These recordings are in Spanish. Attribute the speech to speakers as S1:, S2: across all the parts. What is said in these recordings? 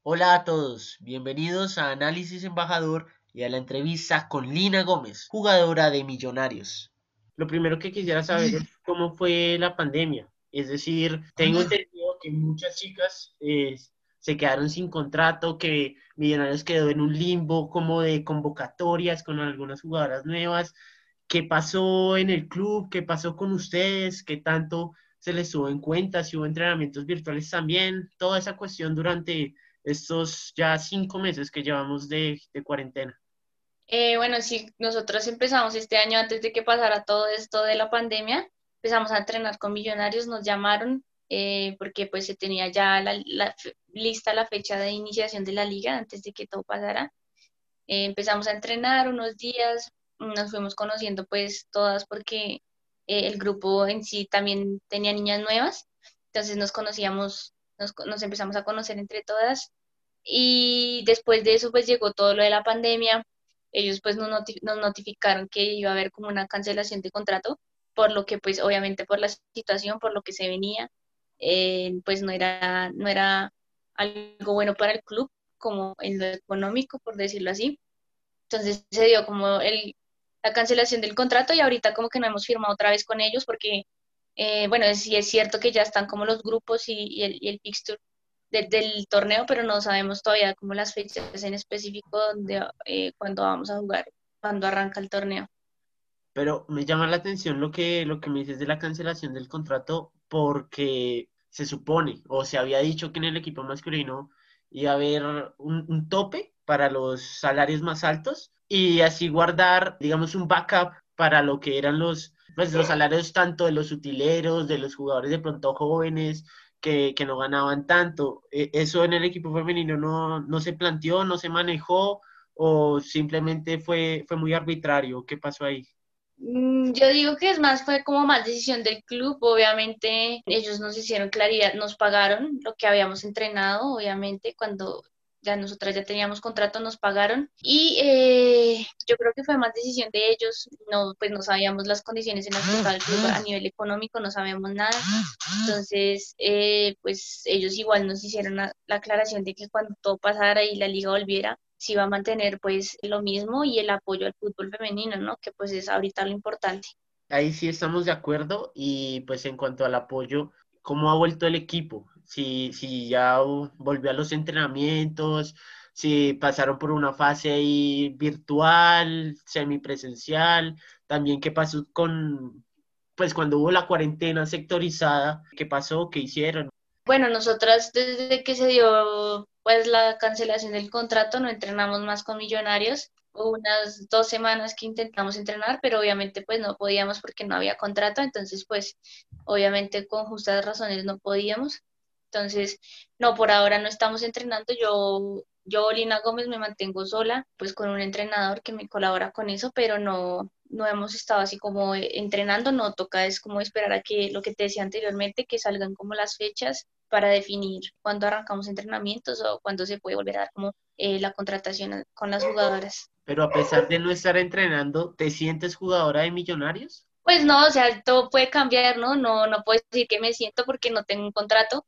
S1: Hola a todos, bienvenidos a Análisis Embajador y a la entrevista con Lina Gómez, jugadora de Millonarios. Lo primero que quisiera saber es cómo fue la pandemia. Es decir, tengo entendido que muchas chicas se quedaron sin contrato, que Millonarios quedó en un limbo como de convocatorias con algunas jugadoras nuevas. ¿Qué pasó en el club? ¿Qué pasó con ustedes? ¿Qué tanto se les tuvo en cuenta? Si hubo entrenamientos virtuales también, toda esa cuestión durante estos ya 5 meses que llevamos de cuarentena.
S2: Bueno, sí, nosotros empezamos este año antes de que pasara todo esto de la pandemia, empezamos a entrenar con Millonarios, nos llamaron porque pues se tenía ya lista la fecha de iniciación de la liga antes de que todo pasara. Empezamos a entrenar unos días, nos fuimos conociendo pues todas porque el grupo en sí también tenía niñas nuevas, entonces nos conocíamos, nos empezamos a conocer entre todas y después de eso pues llegó todo lo de la pandemia. Ellos pues nos notificaron que iba a haber como una cancelación de contrato, por lo que pues obviamente por la situación, por lo que se venía, pues no era algo bueno para el club como en lo económico, por decirlo así. Entonces se dio como la cancelación del contrato y ahorita como que no hemos firmado otra vez con ellos porque, bueno, sí es cierto que ya están como los grupos y el fixture del torneo, pero no sabemos todavía como las fechas en específico donde, cuándo vamos a jugar, cuándo arranca el torneo.
S1: Pero me llama la atención lo que me dices de la cancelación del contrato, porque se supone o se había dicho que en el equipo masculino iba a haber un tope para los salarios más altos y así guardar, digamos, un backup para lo que eran los salarios tanto de los utileros, de los jugadores de pronto jóvenes que no ganaban tanto. ¿Eso en el equipo femenino no se planteó, no se manejó o simplemente fue muy arbitrario? ¿Qué pasó ahí?
S2: Yo digo que es más, fue como más decisión del club, obviamente ellos nos hicieron claridad, nos pagaron lo que habíamos entrenado, obviamente cuando ya nosotras ya teníamos contrato nos pagaron y yo creo que fue más decisión de ellos, no, pues no sabíamos las condiciones en las que estaba el club a nivel económico, no sabíamos nada, entonces pues ellos igual nos hicieron la aclaración de que cuando todo pasara y la liga volviera, se iba a mantener pues lo mismo y el apoyo al fútbol femenino, ¿no? Que pues es ahorita lo importante.
S1: Ahí sí estamos de acuerdo y pues en cuanto al apoyo, ¿cómo ha vuelto el equipo? Si ya volvió a los entrenamientos, si pasaron por una fase ahí virtual, semipresencial, también qué pasó pues cuando hubo la cuarentena sectorizada, ¿qué pasó? ¿Qué hicieron?
S2: Bueno, nosotras desde que se dio pues la cancelación del contrato no entrenamos más con Millonarios. Hubo unas 2 semanas que intentamos entrenar, pero obviamente pues no podíamos porque no había contrato, entonces pues obviamente con justas razones no podíamos. Entonces, no, por ahora no estamos entrenando. Yo, Lina Gómez, me mantengo sola, pues con un entrenador que me colabora con eso, pero no hemos estado así como entrenando, no toca es como esperar a que lo que te decía anteriormente, que salgan como las fechas para definir cuándo arrancamos entrenamientos o cuándo se puede volver a dar como la contratación con las jugadoras.
S1: Pero a pesar de no estar entrenando, ¿te sientes jugadora de Millonarios?
S2: Pues no, o sea, todo puede cambiar, ¿no? No puedo decir que me siento porque no tengo un contrato,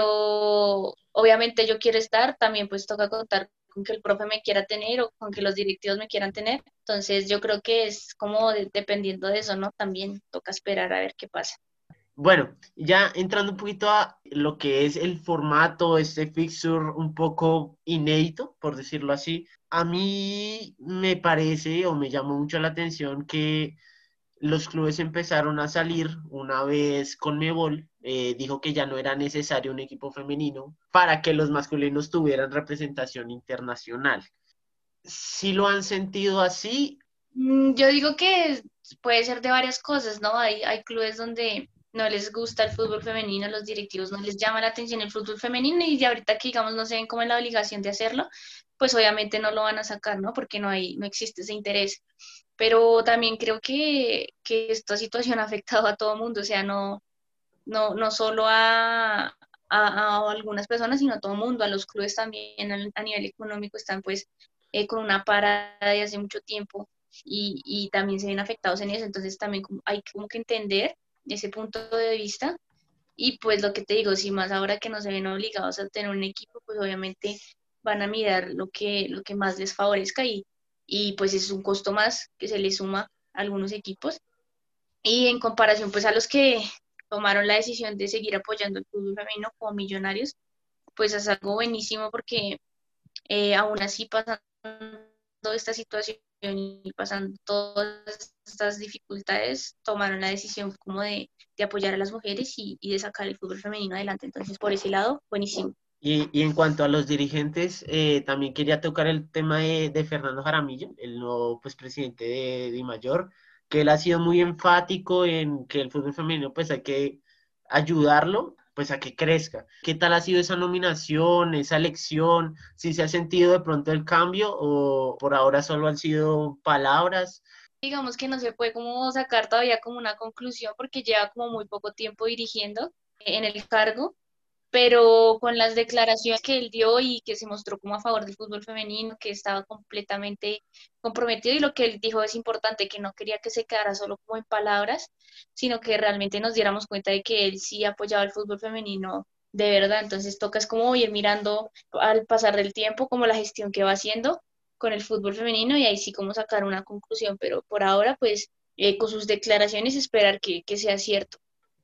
S2: pero obviamente yo quiero estar, también pues toca contar con que el profe me quiera tener o con que los directivos me quieran tener. Entonces yo creo que es como dependiendo de eso, ¿no? También toca esperar a ver qué pasa.
S1: Bueno, ya entrando un poquito a lo que es el formato, este fixture un poco inédito, por decirlo así, a mí me parece o me llamó mucho la atención que los clubes empezaron a salir una vez Conmebol dijo que ya no era necesario un equipo femenino para que los masculinos tuvieran representación internacional. ¿Sí lo han sentido así?
S2: Yo digo que puede ser de varias cosas, ¿no? Hay clubes donde no les gusta el fútbol femenino, los directivos no les llama la atención el fútbol femenino y de ahorita que digamos no se ven como en la obligación de hacerlo, pues obviamente no lo van a sacar, ¿no? Porque no existe ese interés. Pero también creo que esta situación ha afectado a todo el mundo, o sea, no solo a algunas personas, sino a todo el mundo, a los clubes también a nivel económico están pues con una parada de hace mucho tiempo y también se ven afectados en eso, entonces también hay como que entender ese punto de vista y pues lo que te digo, si más ahora que no se ven obligados a tener un equipo, pues obviamente van a mirar lo que más les favorezca y pues es un costo más que se le suma a algunos equipos. Y en comparación pues a los que tomaron la decisión de seguir apoyando el fútbol femenino como Millonarios, pues es algo buenísimo porque aún así pasando esta situación y pasando todas estas dificultades, tomaron la decisión como de apoyar a las mujeres y de sacar el fútbol femenino adelante. Entonces, por ese lado, buenísimo.
S1: Y en cuanto a los dirigentes, también quería tocar el tema de Fernando Jaramillo, el nuevo pues, presidente de DIMAYOR, que él ha sido muy enfático en que el fútbol femenino pues hay que ayudarlo pues a que crezca. ¿Qué tal ha sido esa nominación, esa elección? ¿Si se ha sentido de pronto el cambio o por ahora solo han sido palabras?
S2: Digamos que no se puede como sacar todavía como una conclusión porque lleva como muy poco tiempo dirigiendo en el cargo, pero con las declaraciones que él dio y que se mostró como a favor del fútbol femenino, que estaba completamente comprometido y lo que él dijo es importante, que no quería que se quedara solo como en palabras, sino que realmente nos diéramos cuenta de que él sí apoyaba el fútbol femenino de verdad. Entonces toca es como ir mirando al pasar del tiempo como la gestión que va haciendo con el fútbol femenino y ahí sí como sacar una conclusión, pero por ahora pues con sus declaraciones esperar que sea cierto.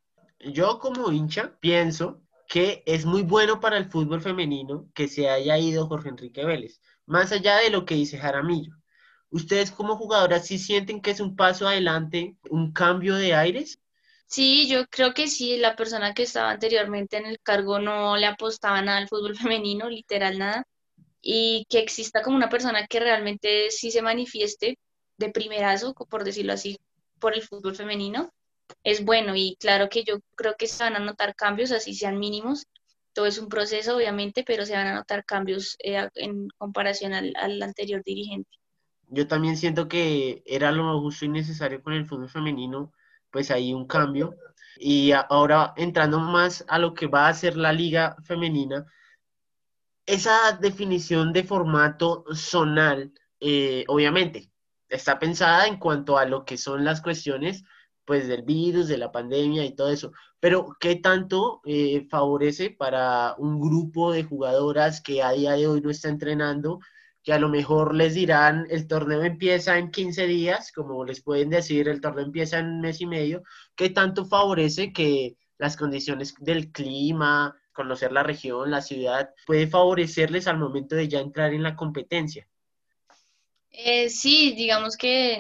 S1: Yo como hincha pienso que es muy bueno para el fútbol femenino que se haya ido Jorge Enrique Vélez, más allá de lo que dice Jaramillo. ¿Ustedes como jugadoras sí sienten que es un paso adelante, un cambio de aires?
S2: Sí, yo creo que sí, la persona que estaba anteriormente en el cargo no le apostaba nada al fútbol femenino, literal nada, y que exista como una persona que realmente sí se manifieste de primerazo, por decirlo así, por el fútbol femenino, es bueno y claro que yo creo que se van a notar cambios, así sean mínimos. Todo es un proceso, obviamente, pero se van a notar cambios en comparación al anterior dirigente.
S1: Yo también siento que era lo justo y necesario con el fútbol femenino, pues hay un cambio. Y ahora entrando más a lo que va a ser la liga femenina, esa definición de formato zonal, obviamente, está pensada en cuanto a lo que son las cuestiones, pues, del virus, de la pandemia y todo eso. Pero, ¿qué tanto favorece para un grupo de jugadoras que a día de hoy no está entrenando, que a lo mejor les dirán, el torneo empieza en 15 días, como les pueden decir, el torneo empieza en un mes y medio? ¿Qué tanto favorece que las condiciones del clima, conocer la región, la ciudad, puede favorecerles al momento de ya entrar en la competencia?
S2: Sí, digamos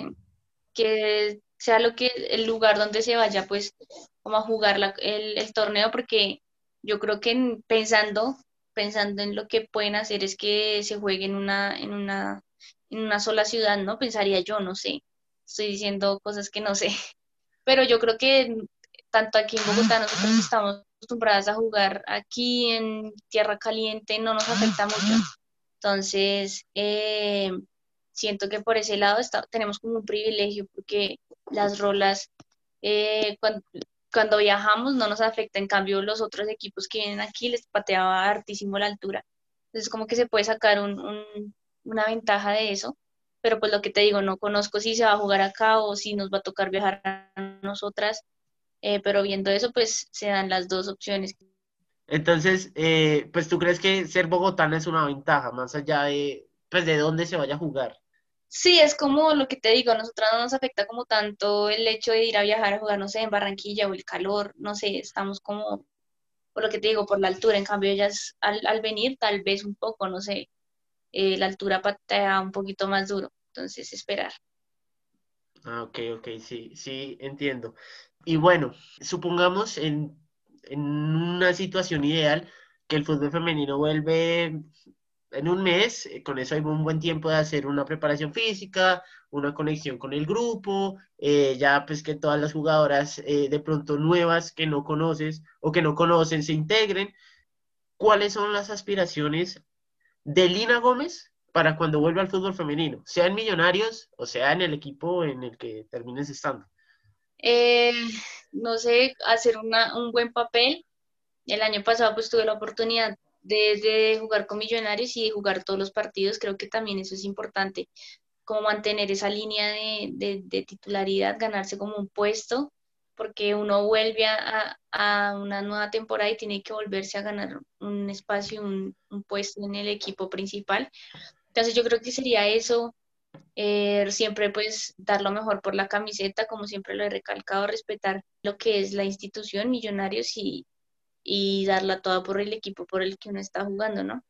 S2: que sea lo que el lugar donde se vaya, pues, como a jugar el torneo, porque yo creo que pensando en lo que pueden hacer es que se juegue en una sola ciudad, ¿no? Pensaría yo, no sé. Estoy diciendo cosas que no sé. Pero yo creo que tanto aquí en Bogotá nosotros estamos acostumbradas a jugar aquí en tierra caliente, no nos afecta mucho. Entonces, siento que por ese lado tenemos como un privilegio porque las rolas, cuando viajamos no nos afecta, en cambio los otros equipos que vienen aquí les pateaba hartísimo la altura. Entonces, como que se puede sacar una ventaja de eso, pero pues lo que te digo, no conozco si se va a jugar acá o si nos va a tocar viajar a nosotras, pero viendo eso, pues se dan las dos opciones.
S1: Entonces, pues tú crees que ser bogotana es una ventaja, más allá de, pues, de dónde se vaya a jugar.
S2: Sí, es como lo que te digo, a nosotros no nos afecta como tanto el hecho de ir a viajar a jugar, no sé, en Barranquilla o el calor, no sé, estamos como, por lo que te digo, por la altura, en cambio ellas al venir tal vez un poco, no sé, la altura patea un poquito más duro, entonces esperar.
S1: Ah, ok, ok, sí, sí, entiendo. Y bueno, supongamos en una situación ideal que el fútbol femenino vuelve en un mes, con eso hay un buen tiempo de hacer una preparación física, una conexión con el grupo, ya pues que todas las jugadoras de pronto nuevas que no conoces o que no conocen se integren. ¿Cuáles son las aspiraciones de Lina Gómez para cuando vuelva al fútbol femenino, sea en Millonarios o sea en el equipo en el que termines estando?
S2: Eh, no sé, hacer un buen papel. El año pasado pues tuve la oportunidad de jugar con Millonarios y de jugar todos los partidos, creo que también eso es importante como mantener esa línea de titularidad, ganarse como un puesto, porque uno vuelve a una nueva temporada y tiene que volverse a ganar un espacio, un puesto en el equipo principal. Entonces yo creo que sería eso, siempre pues dar lo mejor por la camiseta, como siempre lo he recalcado, respetar lo que es la institución Millonarios y darla toda por el equipo por el que uno está jugando, ¿no?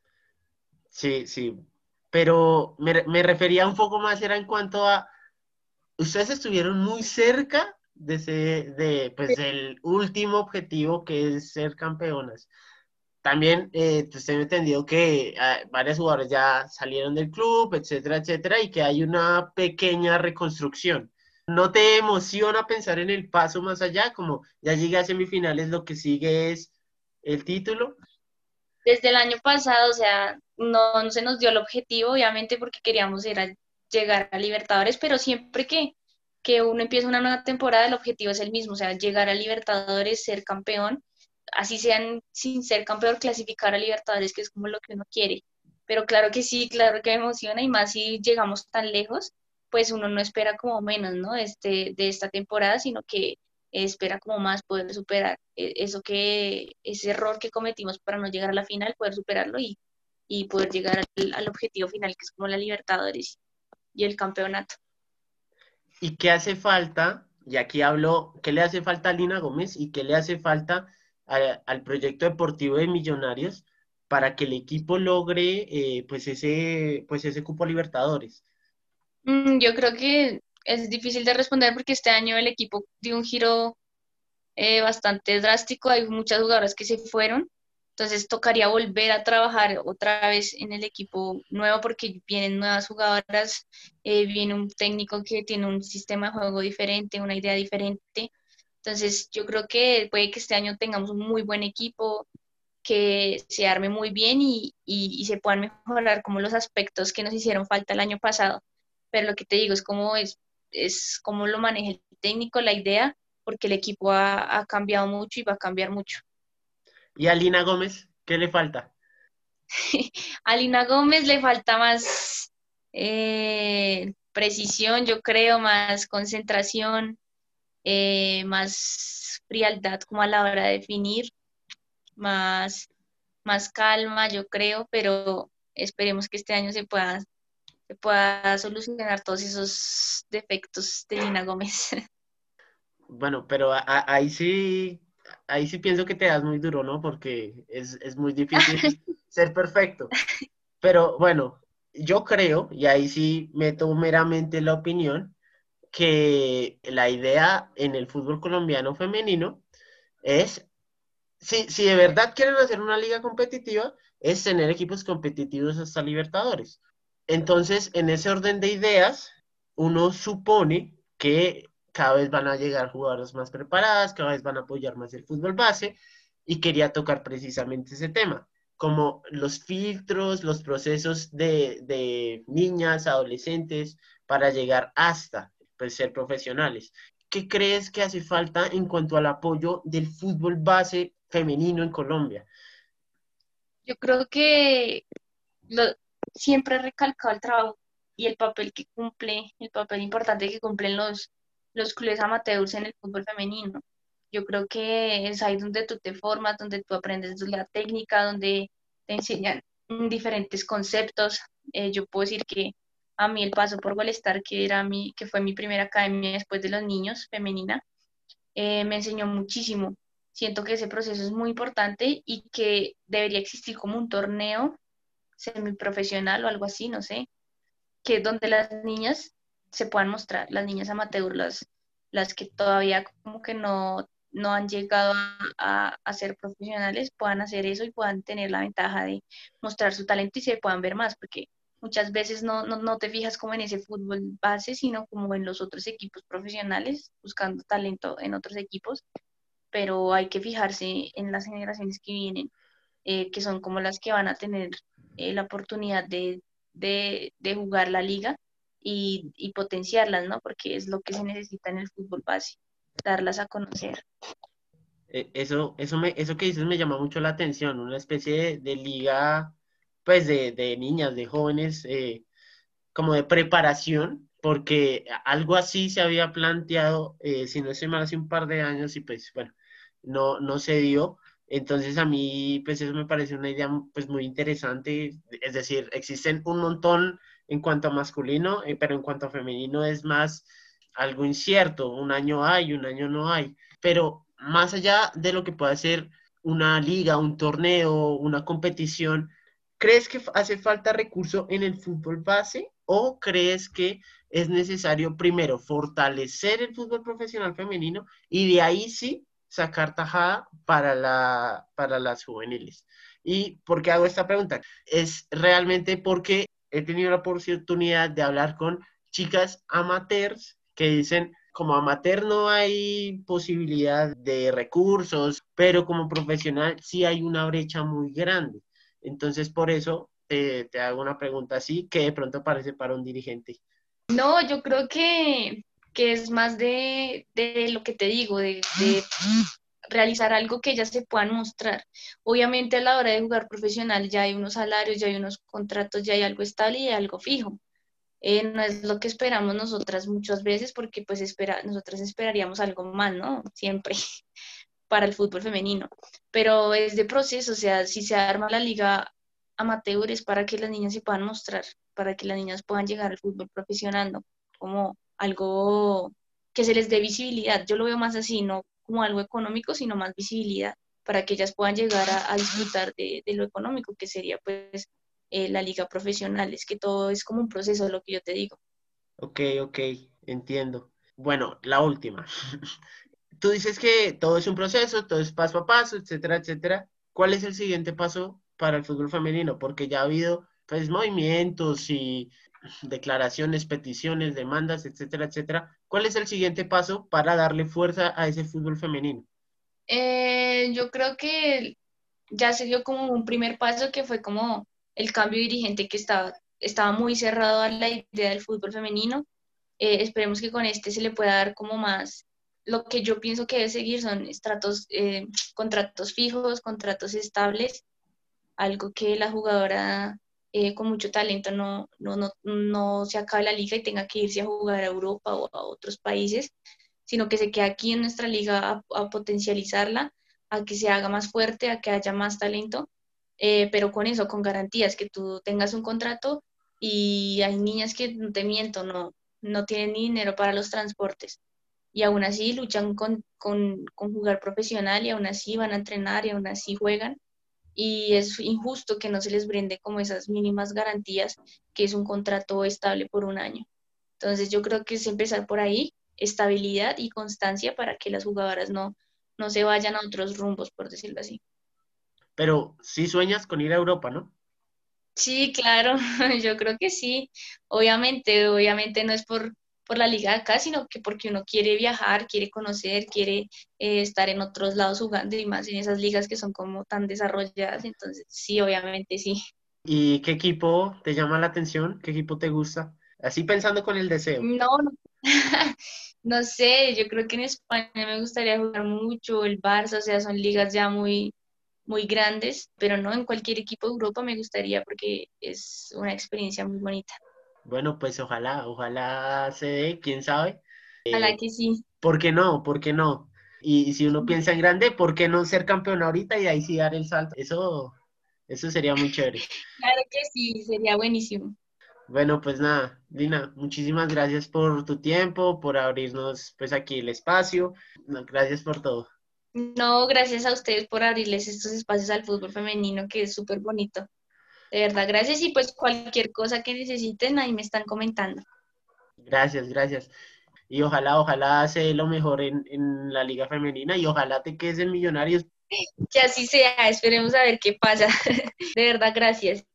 S1: Sí, sí. Pero me refería un poco más, era en cuanto a, ustedes estuvieron muy cerca pues, del último objetivo que es ser campeonas. También pues tengo entendido que varios jugadores ya salieron del club, etcétera, etcétera, y que hay una pequeña reconstrucción. ¿No te emociona pensar en el paso más allá? Como ya llegué a semifinales, lo que sigue es el título.
S2: Desde el año pasado, o sea, no se nos dio el objetivo, obviamente, porque queríamos llegar a Libertadores, pero siempre que uno empieza una nueva temporada, el objetivo es el mismo, o sea, llegar a Libertadores, ser campeón, así sean sin ser campeón, clasificar a Libertadores, que es como lo que uno quiere. Pero claro que sí, claro que me emociona, y más si llegamos tan lejos, pues uno no espera como menos, ¿no? De esta temporada, sino que espera como más poder superar ese error que cometimos para no llegar a la final, poder superarlo y poder llegar al objetivo final, que es como la Libertadores y el campeonato.
S1: ¿Y qué hace falta? Y aquí hablo, ¿qué le hace falta a Lina Gómez y qué le hace falta al proyecto deportivo de Millonarios para que el equipo logre pues ese cupo a Libertadores?
S2: Yo creo que es difícil de responder porque este año el equipo dio un giro bastante drástico, hay muchas jugadoras que se fueron, entonces tocaría volver a trabajar otra vez en el equipo nuevo porque vienen nuevas jugadoras, viene un técnico que tiene un sistema de juego diferente, una idea diferente, entonces yo creo que puede que este año tengamos un muy buen equipo, que se arme muy bien y se puedan mejorar como los aspectos que nos hicieron falta el año pasado. Pero lo que te digo es cómo lo maneja el técnico, la idea, porque el equipo ha cambiado mucho y va a cambiar mucho.
S1: ¿Y a Lina Gómez qué le falta?
S2: A Lina Gómez le falta más precisión, yo creo, más concentración, más frialdad como a la hora de definir, más más calma, yo creo, pero esperemos que este año se pueda solucionar todos esos defectos de Lina Gómez.
S1: Bueno, pero ahí sí pienso que te das muy duro, ¿no? Porque es muy difícil ser perfecto. Pero bueno, yo creo, y ahí sí meto meramente la opinión, que la idea en el fútbol colombiano femenino es, si de verdad quieren hacer una liga competitiva, es tener equipos competitivos hasta Libertadores. Entonces, en ese orden de ideas, uno supone que cada vez van a llegar jugadoras más preparadas, cada vez van a apoyar más el fútbol base, y quería tocar precisamente ese tema, como los filtros, los procesos de niñas, adolescentes, para llegar hasta pues, ser profesionales. ¿Qué crees que hace falta en cuanto al apoyo del fútbol base femenino en Colombia?
S2: Yo creo que lo- siempre he recalcado el trabajo y el papel que cumple, el papel importante que cumplen los clubes amateurs en el fútbol femenino. Yo creo que es ahí donde tú te formas, donde tú aprendes la técnica, donde te enseñan diferentes conceptos. Yo puedo decir que a mí el paso por Wallstar, que fue mi primera academia después de los niños femenina, me enseñó muchísimo. Siento que ese proceso es muy importante y que debería existir como un torneo semiprofesional o algo así, no sé, que donde las niñas se puedan mostrar, las niñas amateurs, las que todavía como que no han llegado a ser profesionales, puedan hacer eso y puedan tener la ventaja de mostrar su talento y se puedan ver más, porque muchas veces no te fijas como en ese fútbol base, sino como en los otros equipos profesionales, buscando talento en otros equipos, pero hay que fijarse en las generaciones que vienen, que son como las que van a tener la oportunidad de jugar la liga y potenciarlas, ¿no? Porque es lo que se necesita en el fútbol base, darlas a conocer.
S1: Eso que dices me llama mucho la atención, una especie de liga, pues de niñas, de jóvenes, como de preparación porque algo así se había planteado, si no estoy mal, hace un par de años y pues bueno, no se dio. Entonces a mí pues eso me parece una idea pues muy interesante, es decir, existen un montón en cuanto a masculino, pero en cuanto a femenino es más algo incierto, un año hay, un año no hay, pero más allá de lo que pueda ser una liga, un torneo, una competición, ¿crees que hace falta recurso en el fútbol base o crees que es necesario primero fortalecer el fútbol profesional femenino y de ahí sí sacar tajada para las juveniles? ¿Y por qué hago esta pregunta? Es realmente porque he tenido la oportunidad de hablar con chicas amateurs que dicen, como amateur no hay posibilidad de recursos, pero como profesional sí hay una brecha muy grande. Entonces, por eso te hago una pregunta así que de pronto parece para un dirigente.
S2: No, yo creo que es más de lo que te digo, de realizar algo que ellas se puedan mostrar. Obviamente a la hora de jugar profesional ya hay unos salarios, ya hay unos contratos, ya hay algo estable y algo fijo. No es lo que esperamos nosotras muchas veces porque pues nosotras esperaríamos algo más, ¿no? Siempre para el fútbol femenino. Pero es de proceso, o sea, si se arma la liga amateur es para que las niñas se puedan mostrar, para que las niñas puedan llegar al fútbol profesional, ¿no? Como algo que se les dé visibilidad. Yo lo veo más así, no como algo económico, sino más visibilidad, para que ellas puedan llegar a disfrutar de lo económico, que sería pues la liga profesional. Es que todo es como un proceso, lo que yo te digo.
S1: Ok, entiendo. Bueno, la última. Tú dices que todo es un proceso, todo es paso a paso, etcétera, etcétera. ¿Cuál es el siguiente paso para el fútbol femenino? Porque ya ha habido pues movimientos y declaraciones, peticiones, demandas, etcétera, etcétera. ¿Cuál es el siguiente paso para darle fuerza a ese fútbol femenino?
S2: Yo creo que ya se dio como un primer paso que fue como el cambio de dirigente que estaba muy cerrado a la idea del fútbol femenino. Esperemos que con este se le pueda dar como más, lo que yo pienso que debe seguir son contratos fijos, contratos estables, algo que la jugadora con mucho talento no se acabe la liga y tenga que irse a jugar a Europa o a otros países, sino que se quede aquí en nuestra liga a potencializarla, a que se haga más fuerte, a que haya más talento, pero con eso, con garantías, que tú tengas un contrato y hay niñas que, no te miento, no tienen ni dinero para los transportes y aún así luchan con jugar profesional y aún así van a entrenar y aún así juegan y es injusto que no se les brinde como esas mínimas garantías que es un contrato estable por un año. Entonces yo creo que es empezar por ahí, estabilidad y constancia para que las jugadoras no se vayan a otros rumbos, por decirlo así.
S1: Pero sí sueñas con ir a Europa, ¿no?
S2: Sí, claro, yo creo que sí. Obviamente no es por la liga de acá, sino que porque uno quiere viajar, quiere conocer, quiere estar en otros lados jugando y más en esas ligas que son como tan desarrolladas. Entonces, sí, obviamente sí.
S1: ¿Y qué equipo te llama la atención? ¿Qué equipo te gusta? Así pensando con el deseo.
S2: No, no sé, yo creo que en España me gustaría jugar mucho el Barça, o sea, son ligas ya muy grandes, pero no en cualquier equipo de Europa me gustaría porque es una experiencia muy bonita.
S1: Bueno, pues ojalá se dé, quién sabe.
S2: Ojalá que sí.
S1: ¿Por qué no? ¿Por qué no? Y si uno piensa en grande, ¿por qué no ser campeón ahorita y ahí sí dar el salto? Eso sería muy chévere.
S2: Claro que sí, sería buenísimo.
S1: Bueno, pues nada, Lina, muchísimas gracias por tu tiempo, por abrirnos pues aquí el espacio. No, gracias por todo.
S2: No, gracias a ustedes por abrirles estos espacios al fútbol femenino, que es súper bonito. De verdad, gracias y pues cualquier cosa que necesiten, ahí me están comentando.
S1: Gracias. Y ojalá se dé lo mejor en la liga femenina y ojalá te quedes en Millonarios.
S2: Que así sea, esperemos a ver qué pasa. De verdad, gracias.